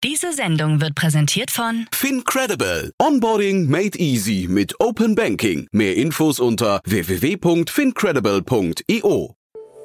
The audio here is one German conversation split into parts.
Diese Sendung wird präsentiert von FinCredible. Onboarding made easy mit Open Banking. Mehr Infos unter www.fincredible.io.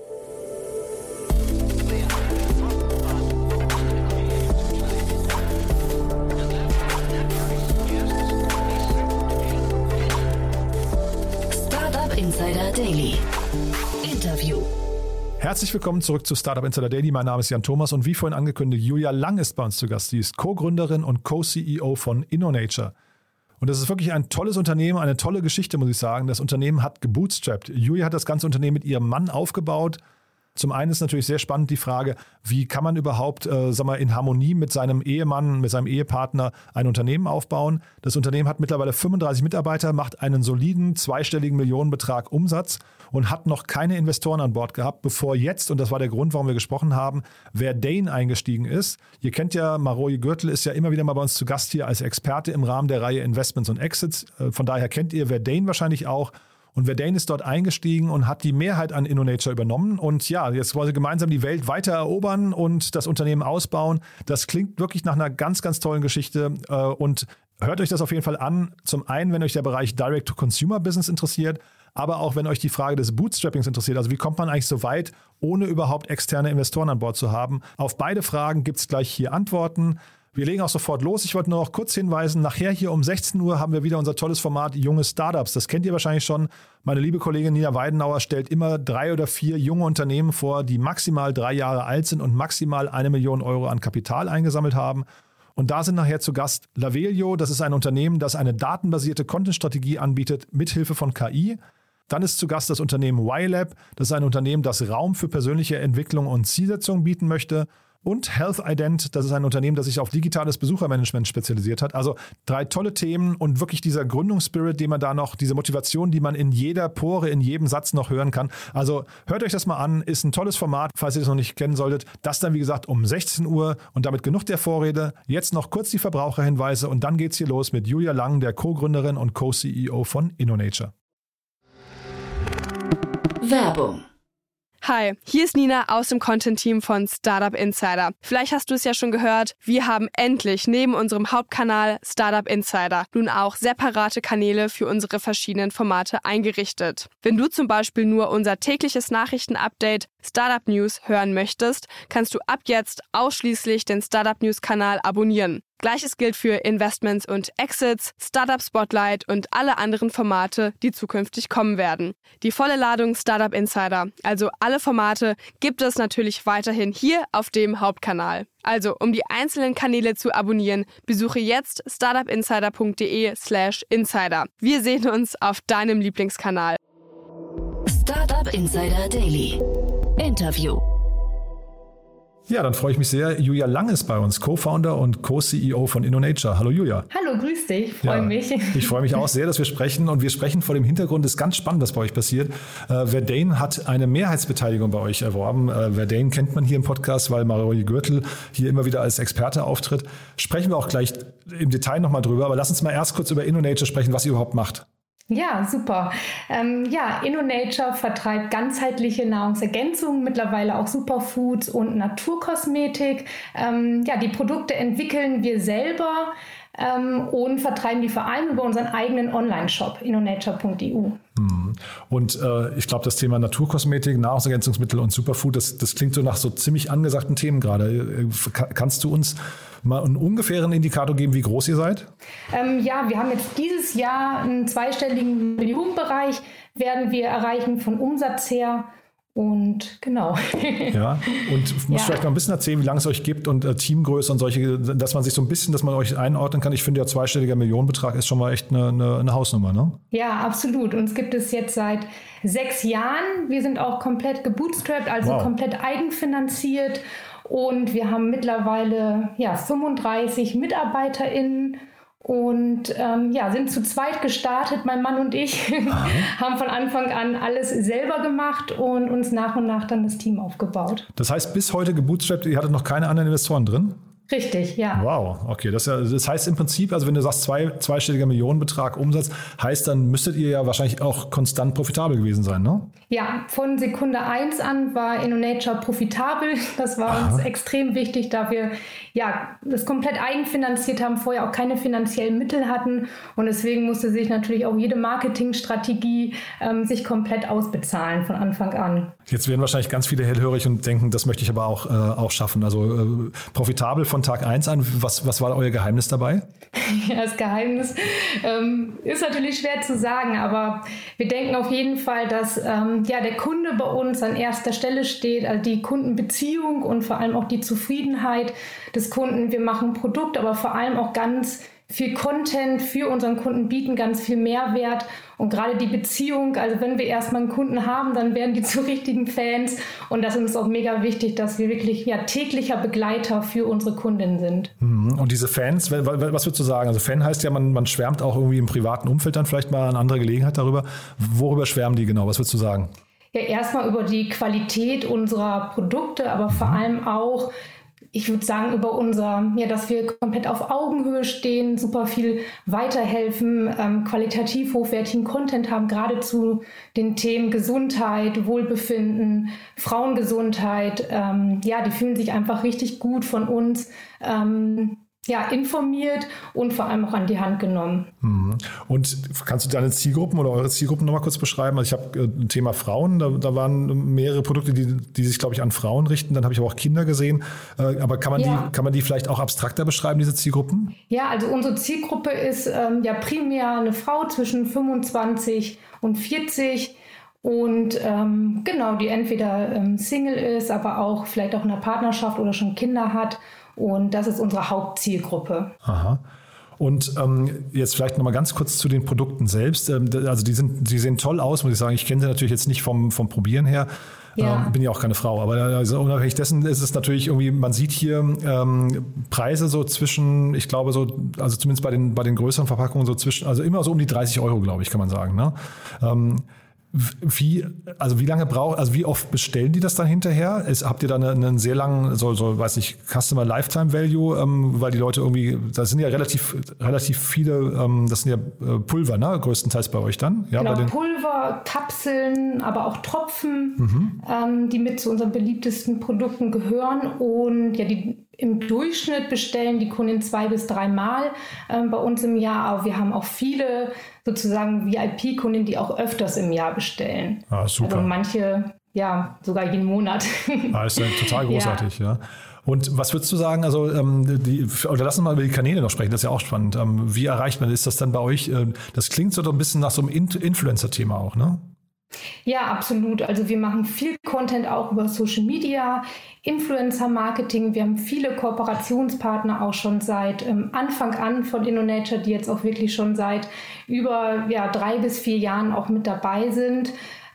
Startup Insider Daily. Interview. Herzlich willkommen zurück zu Startup Insider Daily. Mein Name ist Jan Thomas und wie vorhin angekündigt, Julia Lang ist bei uns zu Gast. Sie ist Co-Gründerin und Co-CEO von InnoNature. Und das ist wirklich ein tolles Unternehmen, eine tolle Geschichte, muss ich sagen. Das Unternehmen hat gebootstrapped. Julia hat das ganze Unternehmen mit ihrem Mann aufgebaut. Zum einen ist natürlich sehr spannend die Frage, wie kann man überhaupt in Harmonie mit seinem Ehemann, mit seinem Ehepartner ein Unternehmen aufbauen. Das Unternehmen hat mittlerweile 35 Mitarbeiter, macht einen soliden zweistelligen Millionenbetrag Umsatz und hat noch keine Investoren an Bord gehabt, bevor jetzt, und das war der Grund, warum wir gesprochen haben, Verdane eingestiegen ist. Ihr kennt ja, Maroi Gürtel ist ja immer wieder mal bei uns zu Gast hier als Experte im Rahmen der Reihe Investments und Exits. Von daher kennt ihr Verdane wahrscheinlich auch. Und Verdane ist dort eingestiegen und hat die Mehrheit an InnoNature übernommen. Und ja, jetzt wollen sie gemeinsam die Welt weiter erobern und das Unternehmen ausbauen. Das klingt wirklich nach einer ganz, ganz tollen Geschichte. Und hört euch das auf jeden Fall an. Zum einen, wenn euch der Bereich Direct-to-Consumer-Business interessiert, aber auch wenn euch die Frage des Bootstrappings interessiert. Also wie kommt man eigentlich so weit, ohne überhaupt externe Investoren an Bord zu haben? Auf beide Fragen gibt es gleich hier Antworten. Wir legen auch sofort los. Ich wollte nur noch kurz hinweisen, nachher hier um 16 Uhr haben wir wieder unser tolles Format Junge Startups. Das kennt ihr wahrscheinlich schon. Meine liebe Kollegin Nina Weidenauer stellt immer 3 oder 4 junge Unternehmen vor, die maximal 3 Jahre alt sind und maximal 1 Million Euro an Kapital eingesammelt haben. Und da sind nachher zu Gast Lavelio. Das ist ein Unternehmen, das eine datenbasierte Content-Strategie anbietet, mithilfe von KI. Dann ist zu Gast das Unternehmen YLab. Das ist ein Unternehmen, das Raum für persönliche Entwicklung und Zielsetzung bieten möchte. Und Health Ident, das ist ein Unternehmen, das sich auf digitales Besuchermanagement spezialisiert hat. Also 3 tolle Themen und wirklich dieser Gründungsspirit, den man da noch, diese Motivation, die man in jeder Pore, in jedem Satz noch hören kann. Also hört euch das mal an, ist ein tolles Format, falls ihr das noch nicht kennen solltet. Das dann, wie gesagt, um 16 Uhr und damit genug der Vorrede. Jetzt noch kurz die Verbraucherhinweise und dann geht's hier los mit Julia Lang, der Co-Gründerin und Co-CEO von InnoNature. Werbung. Hi, hier ist Nina aus dem Content-Team von Startup Insider. Vielleicht hast du es ja schon gehört, wir haben endlich neben unserem Hauptkanal Startup Insider nun auch separate Kanäle für unsere verschiedenen Formate eingerichtet. Wenn du zum Beispiel nur unser tägliches Nachrichtenupdate Startup News hören möchtest, kannst du ab jetzt ausschließlich den Startup News-Kanal abonnieren. Gleiches gilt für Investments und Exits, Startup Spotlight und alle anderen Formate, die zukünftig kommen werden. Die volle Ladung Startup Insider, also alle Formate, gibt es natürlich weiterhin hier auf dem Hauptkanal. Also, um die einzelnen Kanäle zu abonnieren, besuche jetzt startupinsider.de/insider. Wir sehen uns auf deinem Lieblingskanal. Startup Insider Daily. Interview. Ja, dann freue ich mich sehr. Julia Lang ist bei uns, Co-Founder und Co-CEO von InnoNature. Hallo Julia. Hallo, grüß dich, freue mich. Ich freue mich auch sehr, dass wir sprechen und wir sprechen vor dem Hintergrund, ist ganz spannend, was bei euch passiert. Verdane hat eine Mehrheitsbeteiligung bei euch erworben. Verdane kennt man hier im Podcast, weil Maroi Gürtel hier immer wieder als Experte auftritt. Sprechen wir auch gleich im Detail nochmal drüber, aber lass uns mal erst kurz über InnoNature sprechen, was ihr überhaupt macht. Ja, super. InnoNature vertreibt ganzheitliche Nahrungsergänzungen, mittlerweile auch Superfoods und Naturkosmetik. Die Produkte entwickeln wir selber und vertreiben die vor allem über unseren eigenen Online-Shop, innonature.eu. Und ich glaube, das Thema Naturkosmetik, Nahrungsergänzungsmittel und Superfood, das klingt so nach so ziemlich angesagten Themen gerade. Kannst du uns mal einen ungefähren Indikator geben, wie groß ihr seid? Wir haben jetzt dieses Jahr einen zweistelligen Millionenbereich, werden wir erreichen von Umsatz her. Und genau. Ja, und musst vielleicht noch ein bisschen erzählen, wie lange es euch gibt und Teamgröße und solche, dass man sich so ein bisschen, dass man euch einordnen kann. Ich finde ja, zweistelliger Millionenbetrag ist schon mal echt eine Hausnummer, ne? Ja, absolut. Uns gibt es jetzt seit 6 Jahren. Wir sind auch komplett gebootstrapped, also komplett eigenfinanziert. Und wir haben mittlerweile 35 MitarbeiterInnen. Und sind zu zweit gestartet, mein Mann und ich, haben von Anfang an alles selber gemacht und uns nach und nach dann das Team aufgebaut. Das heißt, bis heute gebootstrapped, ihr hattet noch keine anderen Investoren drin? Richtig, ja. Wow, okay. Das heißt im Prinzip, also wenn du sagst zweistelliger Millionenbetrag Umsatz, heißt dann müsstet ihr ja wahrscheinlich auch konstant profitabel gewesen sein, ne? Ja, von Sekunde 1 an war InnoNature profitabel. Das war uns extrem wichtig, da wir das komplett eigenfinanziert haben, vorher auch keine finanziellen Mittel hatten. Und deswegen musste sich natürlich auch jede Marketingstrategie sich komplett ausbezahlen von Anfang an. Jetzt werden wahrscheinlich ganz viele hellhörig und denken, das möchte ich aber auch schaffen. Also profitabel von Tag 1 an. Was war euer Geheimnis dabei? Ja, das Geheimnis ist natürlich schwer zu sagen, aber wir denken auf jeden Fall, dass der Kunde bei uns an erster Stelle steht, also die Kundenbeziehung und vor allem auch die Zufriedenheit des Kunden. Wir machen ein Produkt, aber vor allem auch ganz viel Content für unseren Kunden, bieten ganz viel Mehrwert und gerade die Beziehung, also wenn wir erstmal einen Kunden haben, dann werden die zu richtigen Fans und das ist uns auch mega wichtig, dass wir wirklich täglicher Begleiter für unsere Kundinnen sind. Und diese Fans, was würdest du sagen? Also Fan heißt ja, man schwärmt auch irgendwie im privaten Umfeld dann vielleicht mal an anderer Gelegenheit darüber. Worüber schwärmen die genau? Was würdest du sagen? Ja, erstmal über die Qualität unserer Produkte, aber vor allem auch, ich würde sagen, über dass wir komplett auf Augenhöhe stehen, super viel weiterhelfen, qualitativ hochwertigen Content haben, gerade zu den Themen Gesundheit, Wohlbefinden, Frauengesundheit. Die fühlen sich einfach richtig gut von uns informiert und vor allem auch an die Hand genommen. Und kannst du deine Zielgruppen oder eure Zielgruppen nochmal kurz beschreiben? Also ich habe ein Thema Frauen, da waren mehrere Produkte, die sich, glaube ich, an Frauen richten. Dann habe ich aber auch Kinder gesehen. Aber kann man die vielleicht auch abstrakter beschreiben, diese Zielgruppen? Ja, also unsere Zielgruppe ist primär eine Frau zwischen 25 und 40. Und die entweder Single ist, aber auch vielleicht auch in einer Partnerschaft oder schon Kinder hat. Und das ist unsere Hauptzielgruppe. Aha. Und jetzt vielleicht nochmal ganz kurz zu den Produkten selbst. Also die sehen toll aus, muss ich sagen. Ich kenne sie natürlich jetzt nicht vom Probieren her. Ja. Bin ja auch keine Frau. Aber also unabhängig dessen ist es natürlich irgendwie, man sieht hier Preise so zwischen, ich glaube so, also zumindest bei den größeren Verpackungen so zwischen, also immer so um die 30 €, glaube ich, kann man sagen, ne? Wie oft bestellen die das dann hinterher? Habt ihr da einen sehr langen, weiß nicht, Customer Lifetime Value, weil die Leute irgendwie, das sind ja relativ viele, das sind ja Pulver, ne, größtenteils bei euch dann? Ja, genau, Pulver, Kapseln, aber auch Tropfen, die mit zu unseren beliebtesten Produkten gehören und im Durchschnitt bestellen die Kunden 2 bis 3 Mal bei uns im Jahr, aber wir haben auch viele sozusagen VIP-Kunden, die auch öfters im Jahr bestellen. Ah, super. Also manche, sogar jeden Monat. Ist ja total großartig, ja. Und was würdest du sagen, also oder lass uns mal über die Kanäle noch sprechen, das ist ja auch spannend. Wie erreicht man, ist das dann bei euch, das klingt so ein bisschen nach so einem Influencer-Thema auch, ne? Ja, absolut. Also wir machen viel Content auch über Social Media, Influencer-Marketing. Wir haben viele Kooperationspartner auch schon seit Anfang an von InnoNature, die jetzt auch wirklich schon seit über 3 bis 4 Jahren auch mit dabei sind.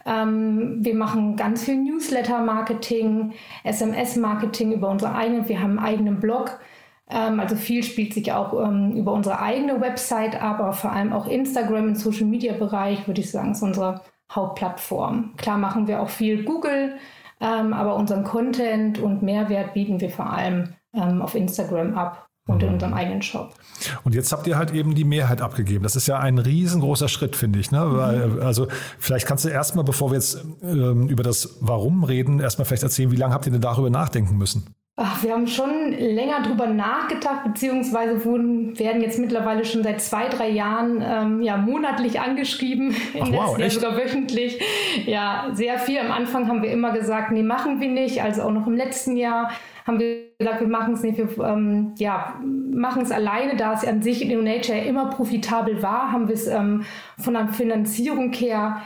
Wir machen ganz viel Newsletter-Marketing, SMS-Marketing über unsere eigenen. Wir haben einen eigenen Blog. Also viel spielt sich auch über unsere eigene Website, aber vor allem auch Instagram im Social-Media-Bereich, würde ich sagen, ist unsere Hauptplattform. Klar machen wir auch viel Google, aber unseren Content und Mehrwert bieten wir vor allem auf Instagram ab und in unserem eigenen Shop. Und jetzt habt ihr halt eben die Mehrheit abgegeben. Das ist ja ein riesengroßer Schritt, finde ich. Ne? Weil, also vielleicht kannst du erstmal, bevor wir jetzt über das Warum reden, erstmal vielleicht erzählen, wie lange habt ihr denn darüber nachdenken müssen? Wir haben schon länger drüber nachgedacht, beziehungsweise werden jetzt mittlerweile schon seit 2, 3 Jahren monatlich angeschrieben, im letzten Jahr sogar wöchentlich. Ja, sehr viel. Am Anfang haben wir immer gesagt, nee, machen wir nicht. Also auch noch im letzten Jahr haben wir gesagt, wir machen es nicht. Wir machen es alleine, da es an sich in InnoNature immer profitabel war, haben wir es von der Finanzierung her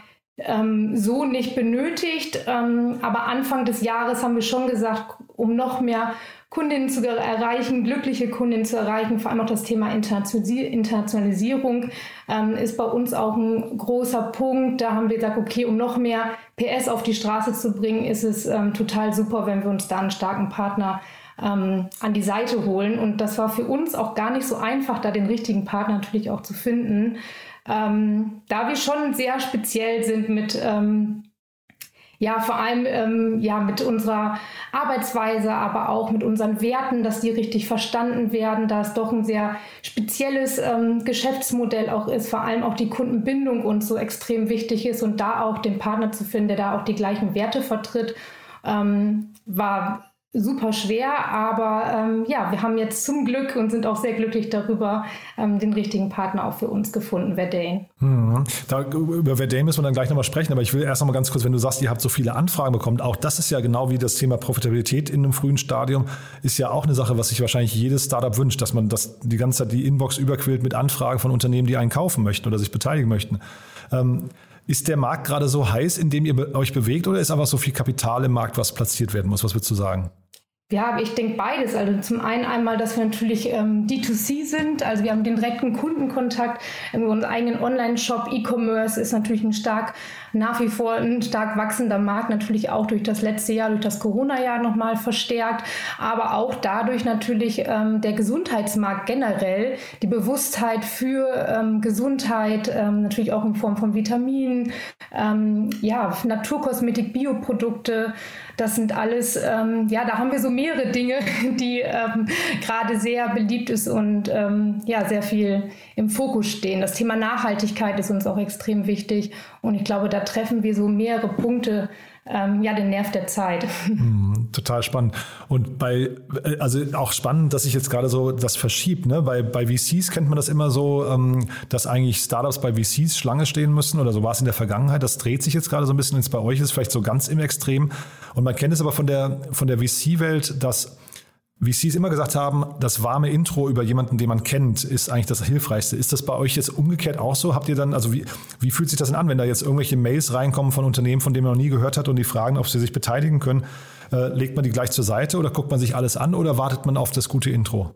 so nicht benötigt. Aber Anfang des Jahres haben wir schon gesagt, um noch mehr Kundinnen zu erreichen, glückliche Kundinnen zu erreichen, vor allem auch das Thema Internationalisierung ist bei uns auch ein großer Punkt. Da haben wir gesagt, okay, um noch mehr PS auf die Straße zu bringen, ist es total super, wenn wir uns da einen starken Partner an die Seite holen. Und das war für uns auch gar nicht so einfach, da den richtigen Partner natürlich auch zu finden. Da wir schon sehr speziell sind mit Ja, vor allem mit unserer Arbeitsweise, aber auch mit unseren Werten, dass die richtig verstanden werden, da es doch ein sehr spezielles Geschäftsmodell auch ist, vor allem auch die Kundenbindung uns so extrem wichtig ist und da auch den Partner zu finden, der da auch die gleichen Werte vertritt, war super schwer, aber wir haben jetzt zum Glück und sind auch sehr glücklich darüber, den richtigen Partner auch für uns gefunden, Verdane. Über Verdane müssen wir dann gleich nochmal sprechen, aber ich will erst nochmal ganz kurz, wenn du sagst, ihr habt so viele Anfragen bekommen, auch das ist ja genau wie das Thema Profitabilität in einem frühen Stadium, ist ja auch eine Sache, was sich wahrscheinlich jedes Startup wünscht, dass man das die ganze Zeit die Inbox überquillt mit Anfragen von Unternehmen, die einen kaufen möchten oder sich beteiligen möchten. Ist der Markt gerade so heiß, in dem ihr euch bewegt, oder ist einfach so viel Kapital im Markt, was platziert werden muss? Was würdest du sagen? Ja, ich denke beides. Also zum einen einmal, dass wir natürlich D2C sind. Also wir haben den direkten Kundenkontakt. Unseren eigenen Online-Shop, E-Commerce ist natürlich nach wie vor ein stark wachsender Markt. Natürlich auch durch das letzte Jahr, durch das Corona-Jahr nochmal verstärkt. Aber auch dadurch natürlich der Gesundheitsmarkt generell. Die Bewusstheit für Gesundheit, natürlich auch in Form von Vitaminen, Naturkosmetik, Bioprodukte. Das sind alles, da haben wir so mehrere Dinge, die gerade sehr beliebt ist und sehr viel im Fokus stehen. Das Thema Nachhaltigkeit ist uns auch extrem wichtig und ich glaube, da treffen wir so mehrere Punkte, den Nerv der Zeit. Total spannend. Und auch spannend, dass sich jetzt gerade so das verschiebt. Ne? Bei VCs kennt man das immer so, dass eigentlich Startups bei VCs Schlange stehen müssen oder so war es in der Vergangenheit. Das dreht sich jetzt gerade so ein bisschen, jetzt bei euch ist vielleicht so ganz im Extrem. Und man kennt es aber von der VC-Welt, dass VCs immer gesagt haben, das warme Intro über jemanden, den man kennt, ist eigentlich das Hilfreichste. Ist das bei euch jetzt umgekehrt auch so? Habt ihr dann, also wie fühlt sich das denn an, wenn da jetzt irgendwelche Mails reinkommen von Unternehmen, von denen man noch nie gehört hat und die fragen, ob sie sich beteiligen können? Legt man die gleich zur Seite oder guckt man sich alles an oder wartet man auf das gute Intro?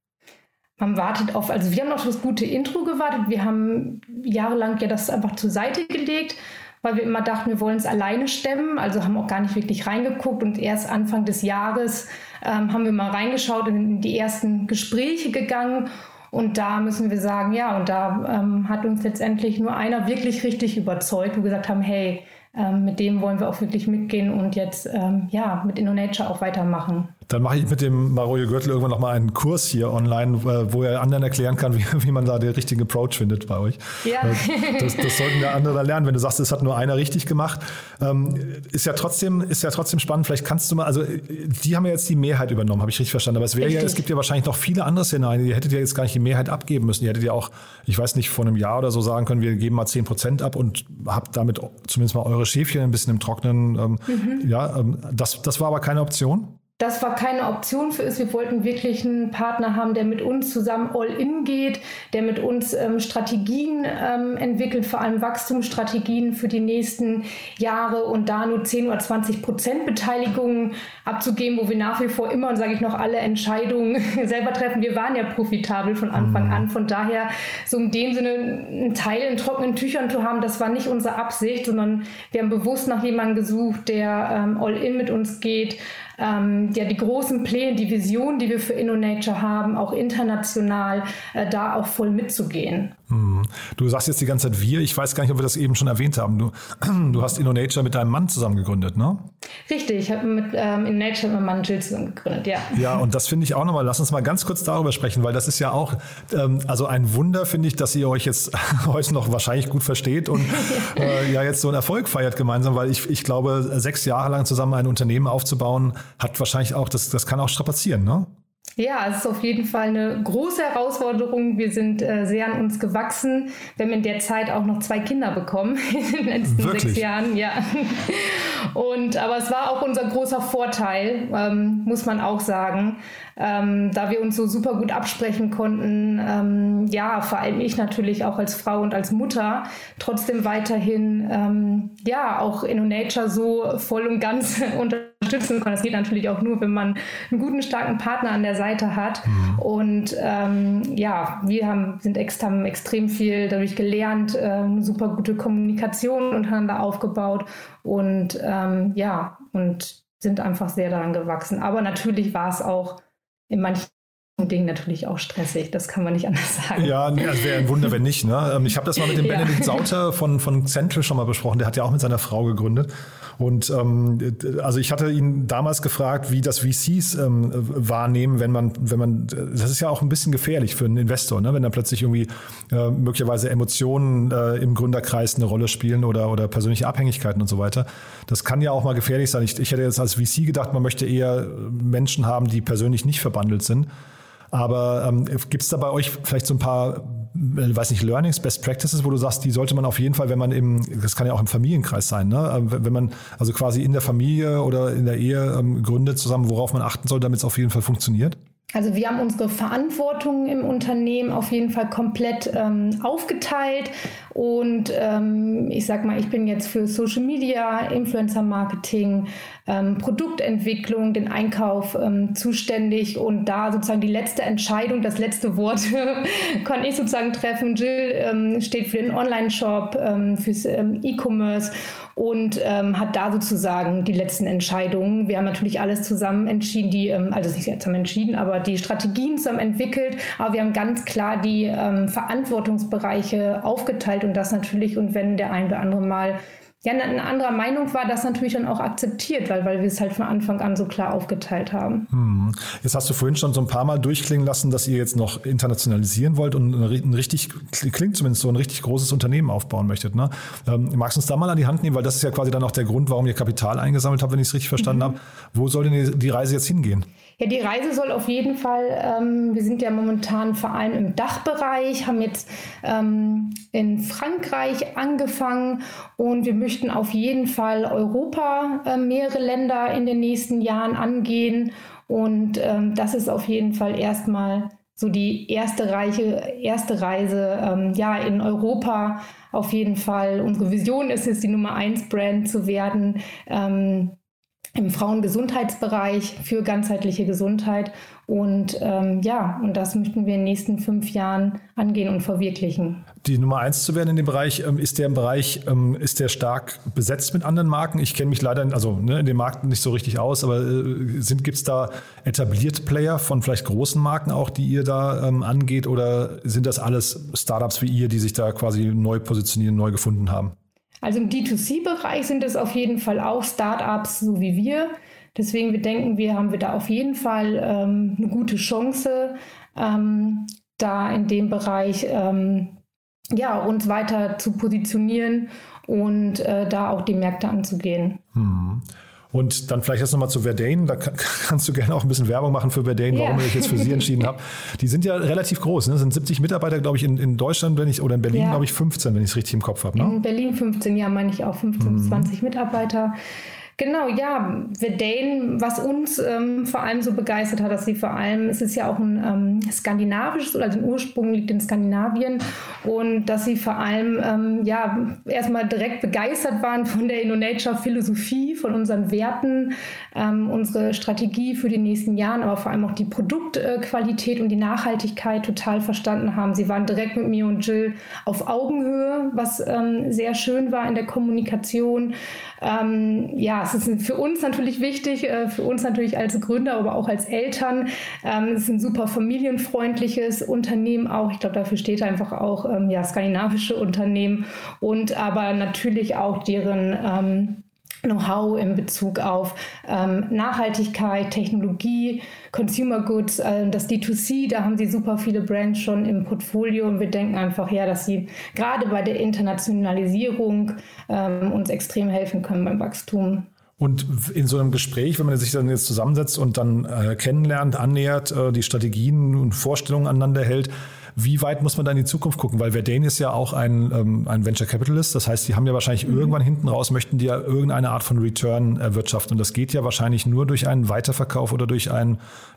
Man wartet also wir haben auf das gute Intro gewartet. Wir haben jahrelang ja das einfach zur Seite gelegt, weil wir immer dachten, wir wollen es alleine stemmen, also haben auch gar nicht wirklich reingeguckt und erst Anfang des Jahres haben wir mal reingeschaut und in die ersten Gespräche gegangen und da müssen wir sagen, und da hat uns letztendlich nur einer wirklich richtig überzeugt, wo wir gesagt haben, hey, mit dem wollen wir auch wirklich mitgehen und jetzt mit InnoNature auch weitermachen. Dann mache ich mit dem Maroje Gürtel irgendwann nochmal einen Kurs hier online, wo er anderen erklären kann, wie man da den richtigen Approach findet bei euch. Ja. Das sollten ja andere lernen. Wenn du sagst, es hat nur einer richtig gemacht, ist ja trotzdem spannend. Vielleicht kannst du mal, also die haben ja jetzt die Mehrheit übernommen, habe ich richtig verstanden. Aber es gibt ja wahrscheinlich noch viele andere Szenarien. Ihr hättet ja jetzt gar nicht die Mehrheit abgeben müssen. Ihr hättet ja auch, ich weiß nicht, vor einem Jahr oder so sagen können, wir geben mal 10% ab und habt damit zumindest mal eure Schäfchen ein bisschen im Trocknen. Das war aber keine Option? Das war keine Option für uns. Wir wollten wirklich einen Partner haben, der mit uns zusammen all-in geht, der mit uns Strategien entwickelt, vor allem Wachstumsstrategien für die nächsten Jahre und da nur 10 oder 20% Beteiligung abzugeben, wo wir nach wie vor immer, und sage ich noch, alle Entscheidungen selber treffen. Wir waren ja profitabel von Anfang an. Von daher, so in dem Sinne, einen Teil in trockenen Tüchern zu haben, das war nicht unsere Absicht, sondern wir haben bewusst nach jemandem gesucht, der all-in mit uns geht, die großen Pläne, die Vision, die wir für InnoNature haben, auch international, da auch voll mitzugehen. Du sagst jetzt die ganze Zeit wir, ich weiß gar nicht, ob wir das eben schon erwähnt haben. Du hast InnoNature mit deinem Mann zusammen gegründet, ne? Richtig, ich habe mit InnoNature mit meinem Mann Jill zusammen gegründet, ja. Ja, und das finde ich auch nochmal, lass uns mal ganz kurz darüber sprechen, weil das ist ja auch, also ein Wunder, finde ich, dass ihr euch jetzt heute noch wahrscheinlich gut versteht und jetzt so einen Erfolg feiert gemeinsam, weil ich glaube, 6 Jahre lang zusammen ein Unternehmen aufzubauen, hat wahrscheinlich auch, das kann auch strapazieren, ne? Ja, es ist auf jeden Fall eine große Herausforderung. Wir sind sehr an uns gewachsen. Wir haben in der Zeit auch noch 2 Kinder bekommen in den letzten 6 Jahren. Ja. Aber es war auch unser großer Vorteil, muss man auch sagen, da wir uns so super gut absprechen konnten. Vor allem ich natürlich auch als Frau und als Mutter trotzdem weiterhin auch InnoNature so voll und ganz unterstützen kann. Das geht natürlich auch nur, wenn man einen guten, starken Partner an der Seite hat. Und wir haben extrem viel dadurch gelernt, eine super gute Kommunikation untereinander aufgebaut und sind einfach sehr daran gewachsen. Aber natürlich war es auch in manchen Dingen natürlich auch stressig, das kann man nicht anders sagen. Ja, das wäre ein Wunder, wenn nicht. Ne? Ich habe das mal mit dem Benedikt Sauter von Central schon mal besprochen, der hat ja auch mit seiner Frau gegründet Und also ich hatte ihn damals gefragt, wie das VCs wahrnehmen, wenn man, das ist ja auch ein bisschen gefährlich für einen Investor, ne? Wenn da plötzlich irgendwie möglicherweise Emotionen im Gründerkreis eine Rolle spielen oder persönliche Abhängigkeiten und so weiter. Das kann ja auch mal gefährlich sein. Ich hätte jetzt als VC gedacht, man möchte eher Menschen haben, die persönlich nicht verbandelt sind. Aber gibt es da bei euch vielleicht so ein paar, Learnings, Best Practices, wo du sagst, die sollte man auf jeden Fall, wenn man das kann ja auch im Familienkreis sein, ne? Wenn man also quasi in der Familie oder in der Ehe gründet zusammen, worauf man achten soll, damit es auf jeden Fall funktioniert? Also wir haben unsere Verantwortung im Unternehmen auf jeden Fall komplett aufgeteilt und ich sag mal, ich bin jetzt für Social Media, Influencer Marketing, Produktentwicklung, den Einkauf zuständig und da sozusagen die letzte Entscheidung, das letzte Wort kann ich sozusagen treffen. Jill steht für den Online-Shop, fürs E-Commerce und hat da sozusagen die letzten Entscheidungen. Wir haben natürlich alles zusammen entschieden, also nicht zusammen entschieden, aber die Strategien zusammen entwickelt. Aber wir haben ganz klar die Verantwortungsbereiche aufgeteilt und das natürlich, und wenn der ein oder andere mal eine andere Meinung war, das natürlich dann auch akzeptiert, weil wir es halt von Anfang an so klar aufgeteilt haben. Jetzt hast du vorhin schon so ein paar Mal durchklingen lassen, dass ihr jetzt noch internationalisieren wollt und klingt zumindest so ein richtig großes Unternehmen aufbauen möchtet. Ne? Magst du uns da mal an die Hand nehmen, weil das ist ja quasi dann auch der Grund, warum ihr Kapital eingesammelt habt, wenn ich es richtig verstanden habe. Wo soll denn die Reise jetzt hingehen? Ja, die Reise soll auf jeden Fall, wir sind ja momentan vor allem im Dachbereich, haben jetzt in Frankreich angefangen und wir möchten auf jeden Fall Europa, mehrere Länder in den nächsten Jahren angehen und das ist auf jeden Fall erstmal so die erste Reise in Europa. Auf jeden Fall, unsere Vision ist es, die Nummer 1 Brand zu werden, im Frauengesundheitsbereich für ganzheitliche Gesundheit und und das möchten wir in den nächsten 5 Jahren angehen und verwirklichen. Die Nummer 1 zu werden in dem Bereich, ist der stark besetzt mit anderen Marken? Ich kenne mich leider in dem Markt nicht so richtig aus, aber gibt es da etablierte Player von vielleicht großen Marken auch, die ihr da angeht oder sind das alles Startups wie ihr, die sich da quasi neu positionieren, neu gefunden haben? Also im D2C-Bereich sind es auf jeden Fall auch Startups, so wie wir. Deswegen haben wir da auf jeden Fall eine gute Chance, da in dem Bereich uns weiter zu positionieren und da auch die Märkte anzugehen. Und dann vielleicht jetzt nochmal zu Verdane. Da kannst du gerne auch ein bisschen Werbung machen für Verdane, warum ich jetzt für sie entschieden habe. Die sind ja relativ groß, ne? Das sind 70 Mitarbeiter, glaube ich, in Deutschland, oder in Berlin, glaube ich, 15, wenn ich es richtig im Kopf habe. Ne? In Berlin 15, ja, meine ich auch 15 bis 20 Mitarbeiter. Genau, ja, Verdane, was uns vor allem so begeistert hat, dass sie vor allem, es ist ja auch ein skandinavisches, oder den Ursprung liegt in Skandinavien und dass sie vor allem erstmal direkt begeistert waren von der InnoNature-Philosophie, von unseren Werten, unsere Strategie für die nächsten Jahre, aber vor allem auch die Produktqualität und die Nachhaltigkeit total verstanden haben. Sie waren direkt mit mir und Jill auf Augenhöhe, was sehr schön war in der Kommunikation. Es ist für uns natürlich wichtig, für uns natürlich als Gründer, aber auch als Eltern. Es ist ein super familienfreundliches Unternehmen auch. Ich glaube, dafür steht einfach auch skandinavische Unternehmen und aber natürlich auch deren Know-how in Bezug auf Nachhaltigkeit, Technologie, Consumer Goods, das D2C, da haben sie super viele Brands schon im Portfolio und wir denken einfach, dass sie gerade bei der Internationalisierung uns extrem helfen können beim Wachstum. Und in so einem Gespräch, wenn man sich dann jetzt zusammensetzt und dann kennenlernt, annähert, die Strategien und Vorstellungen aneinander hält, wie weit muss man da in die Zukunft gucken? Weil Verdane ist ja auch ein Venture Capitalist. Das heißt, die haben ja wahrscheinlich irgendwann hinten raus, möchten die ja irgendeine Art von Return erwirtschaften. Und das geht ja wahrscheinlich nur durch einen Weiterverkauf oder durch ein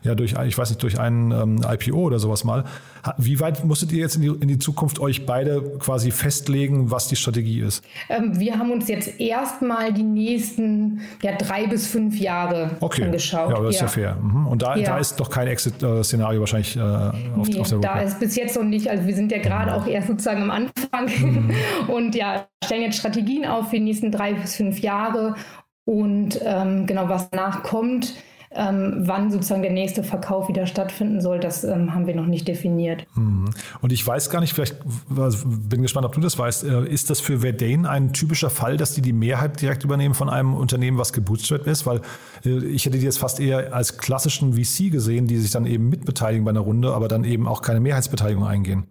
IPO oder sowas mal. Wie weit musstet ihr jetzt in die Zukunft euch beide quasi festlegen, was die Strategie ist? Wir haben uns jetzt erstmal die nächsten 3 bis 5 Jahre angeschaut. Ja, aber das ist ja fair. Und da ist doch kein Exit-Szenario wahrscheinlich auf der Roadmap. Da ist bis jetzt noch nicht, also wir sind ja gerade auch erst sozusagen am Anfang und stellen jetzt Strategien auf für die nächsten 3 bis 5 Jahre und was danach kommt, wann sozusagen der nächste Verkauf wieder stattfinden soll, das haben wir noch nicht definiert. Und ich weiß gar nicht, vielleicht bin gespannt, ob du das weißt, ist das für Verdane ein typischer Fall, dass die Mehrheit direkt übernehmen von einem Unternehmen, was gebootstrapped ist? Weil ich hätte die jetzt fast eher als klassischen VC gesehen, die sich dann eben mitbeteiligen bei einer Runde, aber dann eben auch keine Mehrheitsbeteiligung eingehen.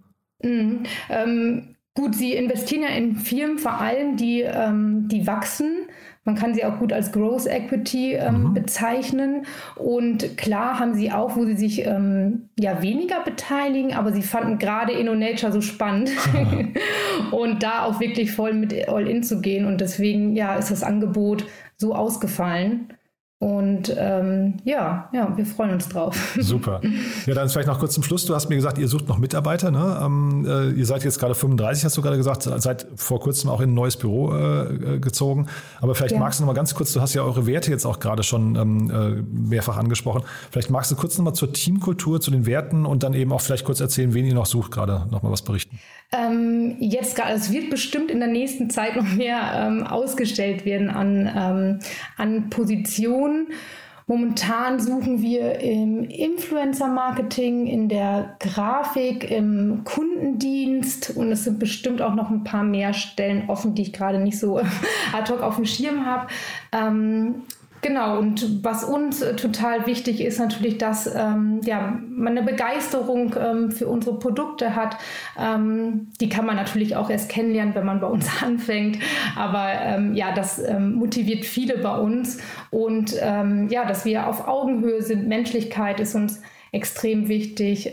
Gut, sie investieren ja in Firmen, vor allem die wachsen. Man kann sie auch gut als Growth Equity bezeichnen. Und klar haben sie auch, wo sie sich weniger beteiligen, aber sie fanden gerade InnoNature so spannend und da auch wirklich voll mit All-In zu gehen. Und deswegen ist das Angebot so ausgefallen. Und wir freuen uns drauf. Super. Ja, dann vielleicht noch kurz zum Schluss. Du hast mir gesagt, ihr sucht noch Mitarbeiter. Ne? Ihr seid jetzt gerade 35, hast du gerade gesagt, seid vor kurzem auch in ein neues Büro gezogen. Aber vielleicht magst du noch mal ganz kurz, du hast ja eure Werte jetzt auch gerade schon mehrfach angesprochen. Vielleicht magst du kurz noch mal zur Teamkultur, zu den Werten und dann eben auch vielleicht kurz erzählen, wen ihr noch sucht, gerade noch mal was berichten. Jetzt gerade, es wird bestimmt in der nächsten Zeit noch mehr ausgestellt werden an Positionen. Momentan suchen wir im Influencer-Marketing, in der Grafik, im Kundendienst und es sind bestimmt auch noch ein paar mehr Stellen offen, die ich gerade nicht so ad hoc auf dem Schirm habe. Genau, und was uns total wichtig ist natürlich, dass man eine Begeisterung für unsere Produkte hat. Die kann man natürlich auch erst kennenlernen, wenn man bei uns anfängt. Aber das motiviert viele bei uns. Und dass wir auf Augenhöhe sind, Menschlichkeit ist uns extrem wichtig.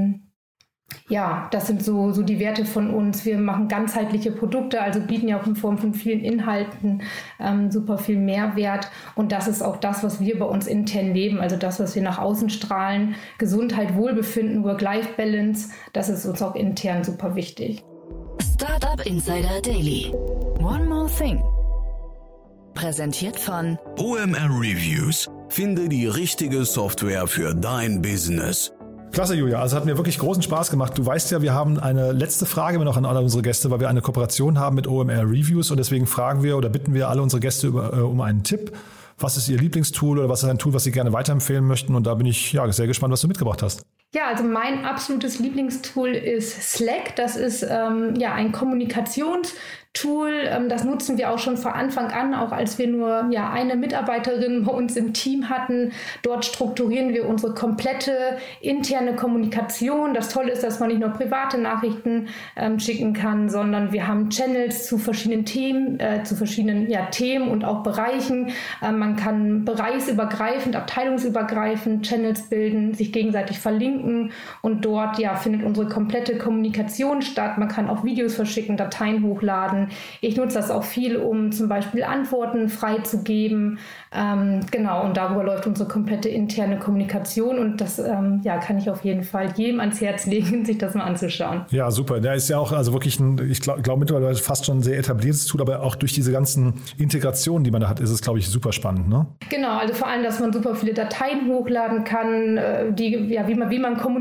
Das sind so die Werte von uns. Wir machen ganzheitliche Produkte, also bieten ja auch in Form von vielen Inhalten super viel Mehrwert. Und das ist auch das, was wir bei uns intern leben, also das, was wir nach außen strahlen. Gesundheit, Wohlbefinden, Work-Life-Balance, das ist uns auch intern super wichtig. Startup Insider Daily. One more thing. Präsentiert von OMR Reviews. Finde die richtige Software für dein Business. Klasse, Julia. Also hat mir wirklich großen Spaß gemacht. Du weißt ja, wir haben eine letzte Frage noch an alle unsere Gäste, weil wir eine Kooperation haben mit OMR Reviews und deswegen fragen wir oder bitten wir alle unsere Gäste um einen Tipp. Was ist Ihr Lieblingstool oder was ist ein Tool, was Sie gerne weiterempfehlen möchten? Und da bin ich sehr gespannt, was du mitgebracht hast. Ja, also mein absolutes Lieblingstool ist Slack. Das ist ein Kommunikationstool. Das nutzen wir auch schon von Anfang an, auch als wir nur eine Mitarbeiterin bei uns im Team hatten. Dort strukturieren wir unsere komplette interne Kommunikation. Das Tolle ist, dass man nicht nur private Nachrichten schicken kann, sondern wir haben Channels zu verschiedenen Themen, Themen und auch Bereichen. Man kann bereichsübergreifend, abteilungsübergreifend Channels bilden, sich gegenseitig verlinken und dort findet unsere komplette Kommunikation statt. Man kann auch Videos verschicken, Dateien hochladen. Ich nutze das auch viel, um zum Beispiel Antworten freizugeben. Und darüber läuft unsere komplette interne Kommunikation und das kann ich auf jeden Fall jedem ans Herz legen, sich das mal anzuschauen. Ja, super. Der ist ja auch wirklich ich glaube mittlerweile fast schon ein sehr etabliertes Tool, aber auch durch diese ganzen Integrationen, die man da hat, ist es, glaube ich, super spannend, ne? Genau, also vor allem, dass man super viele Dateien hochladen kann, wie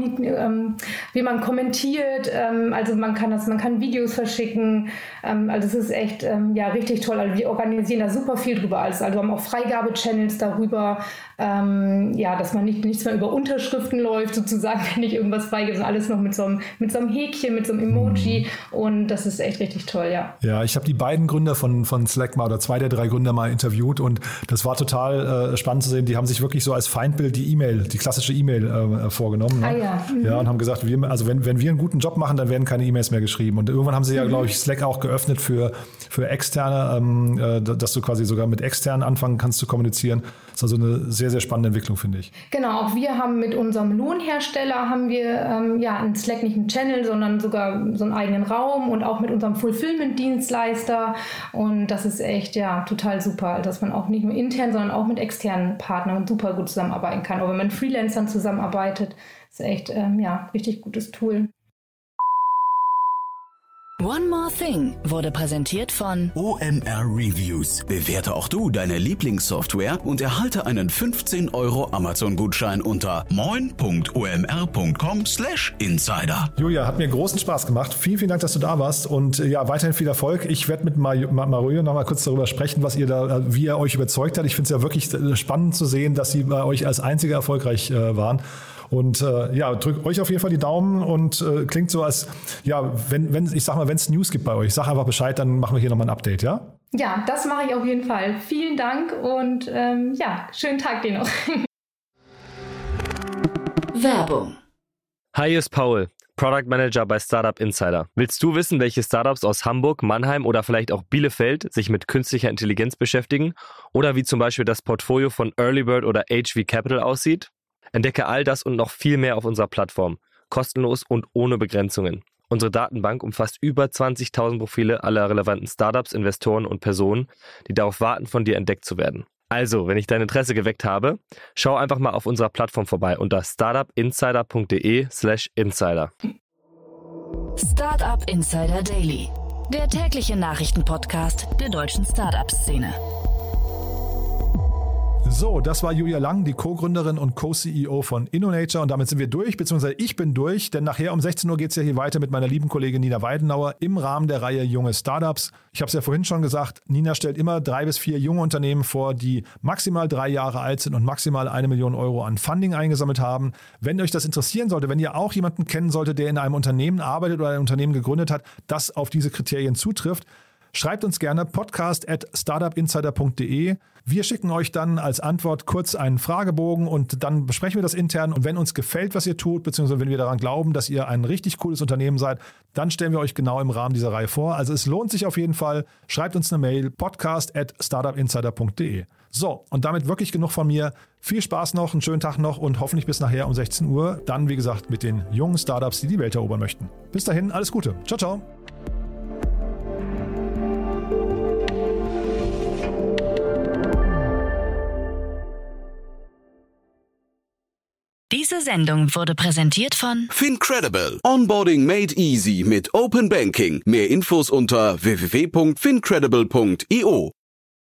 man kommentiert, also man kann Videos verschicken, also es ist echt richtig toll. Also wir organisieren da super viel drüber. Also wir haben auch Freigabechannels darüber, dass man nichts mehr über Unterschriften läuft, sozusagen, wenn ich irgendwas freigebe, sondern alles noch mit so einem Häkchen, mit so einem Emoji und das ist echt richtig toll, ja. Ja, ich habe die beiden Gründer von Slack mal oder 2 der 3 Gründer mal interviewt und das war total spannend zu sehen. Die haben sich wirklich so als Feindbild die klassische E-Mail vorgenommen. Ne? Ja, und haben gesagt, wenn wir einen guten Job machen, dann werden keine E-Mails mehr geschrieben. Und irgendwann haben sie glaube ich, Slack auch geöffnet für Externe, dass du quasi sogar mit Externen anfangen kannst zu kommunizieren. Das ist also eine sehr, sehr spannende Entwicklung, finde ich. Genau, auch wir haben mit unserem Lohnhersteller in Slack nicht einen Channel, sondern sogar so einen eigenen Raum und auch mit unserem Fulfillment-Dienstleister und das ist echt total super, dass man auch nicht nur intern, sondern auch mit externen Partnern super gut zusammenarbeiten kann. Auch wenn man mit Freelancern zusammenarbeitet, ist echt richtig gutes Tool. One More Thing wurde präsentiert von OMR Reviews. Bewerte auch du deine Lieblingssoftware und erhalte einen 15 € Amazon-Gutschein unter moin.omr.com/insider. Julia, hat mir großen Spaß gemacht. Vielen, vielen Dank, dass du da warst und ja, weiterhin viel Erfolg. Ich werde mit Mario noch mal kurz darüber sprechen, wie er euch überzeugt hat. Ich finde es ja wirklich spannend zu sehen, dass sie bei euch als Einzige erfolgreich waren. Und ja, drückt euch auf jeden Fall die Daumen und klingt so, als ja, wenn es News gibt bei euch, sag einfach Bescheid, dann machen wir hier nochmal ein Update, ja? Ja, das mache ich auf jeden Fall. Vielen Dank und ja, schönen Tag dir noch. Werbung. Hi, hier ist Paul, Product Manager bei Startup Insider. Willst du wissen, welche Startups aus Hamburg, Mannheim oder vielleicht auch Bielefeld sich mit künstlicher Intelligenz beschäftigen? Oder wie zum Beispiel das Portfolio von Earlybird oder HV Capital aussieht? Entdecke all das und noch viel mehr auf unserer Plattform. Kostenlos und ohne Begrenzungen. Unsere Datenbank umfasst über 20.000 Profile aller relevanten Startups, Investoren und Personen, die darauf warten, von dir entdeckt zu werden. Also, wenn ich dein Interesse geweckt habe, schau einfach mal auf unserer Plattform vorbei unter startupinsider.de/insider. Startup Insider Daily, der tägliche Nachrichtenpodcast der deutschen Startup-Szene. So, das war Julia Lang, die Co-Gründerin und Co-CEO von InnoNature und damit sind wir durch, beziehungsweise ich bin durch, denn nachher um 16 Uhr geht es ja hier weiter mit meiner lieben Kollegin Nina Weidenauer im Rahmen der Reihe Junge Startups. Ich habe es ja vorhin schon gesagt, Nina stellt immer 3 bis 4 junge Unternehmen vor, die maximal 3 Jahre alt sind und maximal 1 Million € an Funding eingesammelt haben. Wenn euch das interessieren sollte, wenn ihr auch jemanden kennen solltet, der in einem Unternehmen arbeitet oder ein Unternehmen gegründet hat, das auf diese Kriterien zutrifft, schreibt uns gerne podcast@startupinsider.de. Wir schicken euch dann als Antwort kurz einen Fragebogen und dann besprechen wir das intern. Und wenn uns gefällt, was ihr tut, beziehungsweise wenn wir daran glauben, dass ihr ein richtig cooles Unternehmen seid, dann stellen wir euch genau im Rahmen dieser Reihe vor. Also es lohnt sich auf jeden Fall. Schreibt uns eine Mail, podcast@startupinsider.de. So, und damit wirklich genug von mir. Viel Spaß noch, einen schönen Tag noch und hoffentlich bis nachher um 16 Uhr. Dann, wie gesagt, mit den jungen Startups, die die Welt erobern möchten. Bis dahin, alles Gute. Ciao, ciao. Diese Sendung wurde präsentiert von Fincredible. Onboarding made easy mit Open Banking. Mehr Infos unter www.fincredible.io.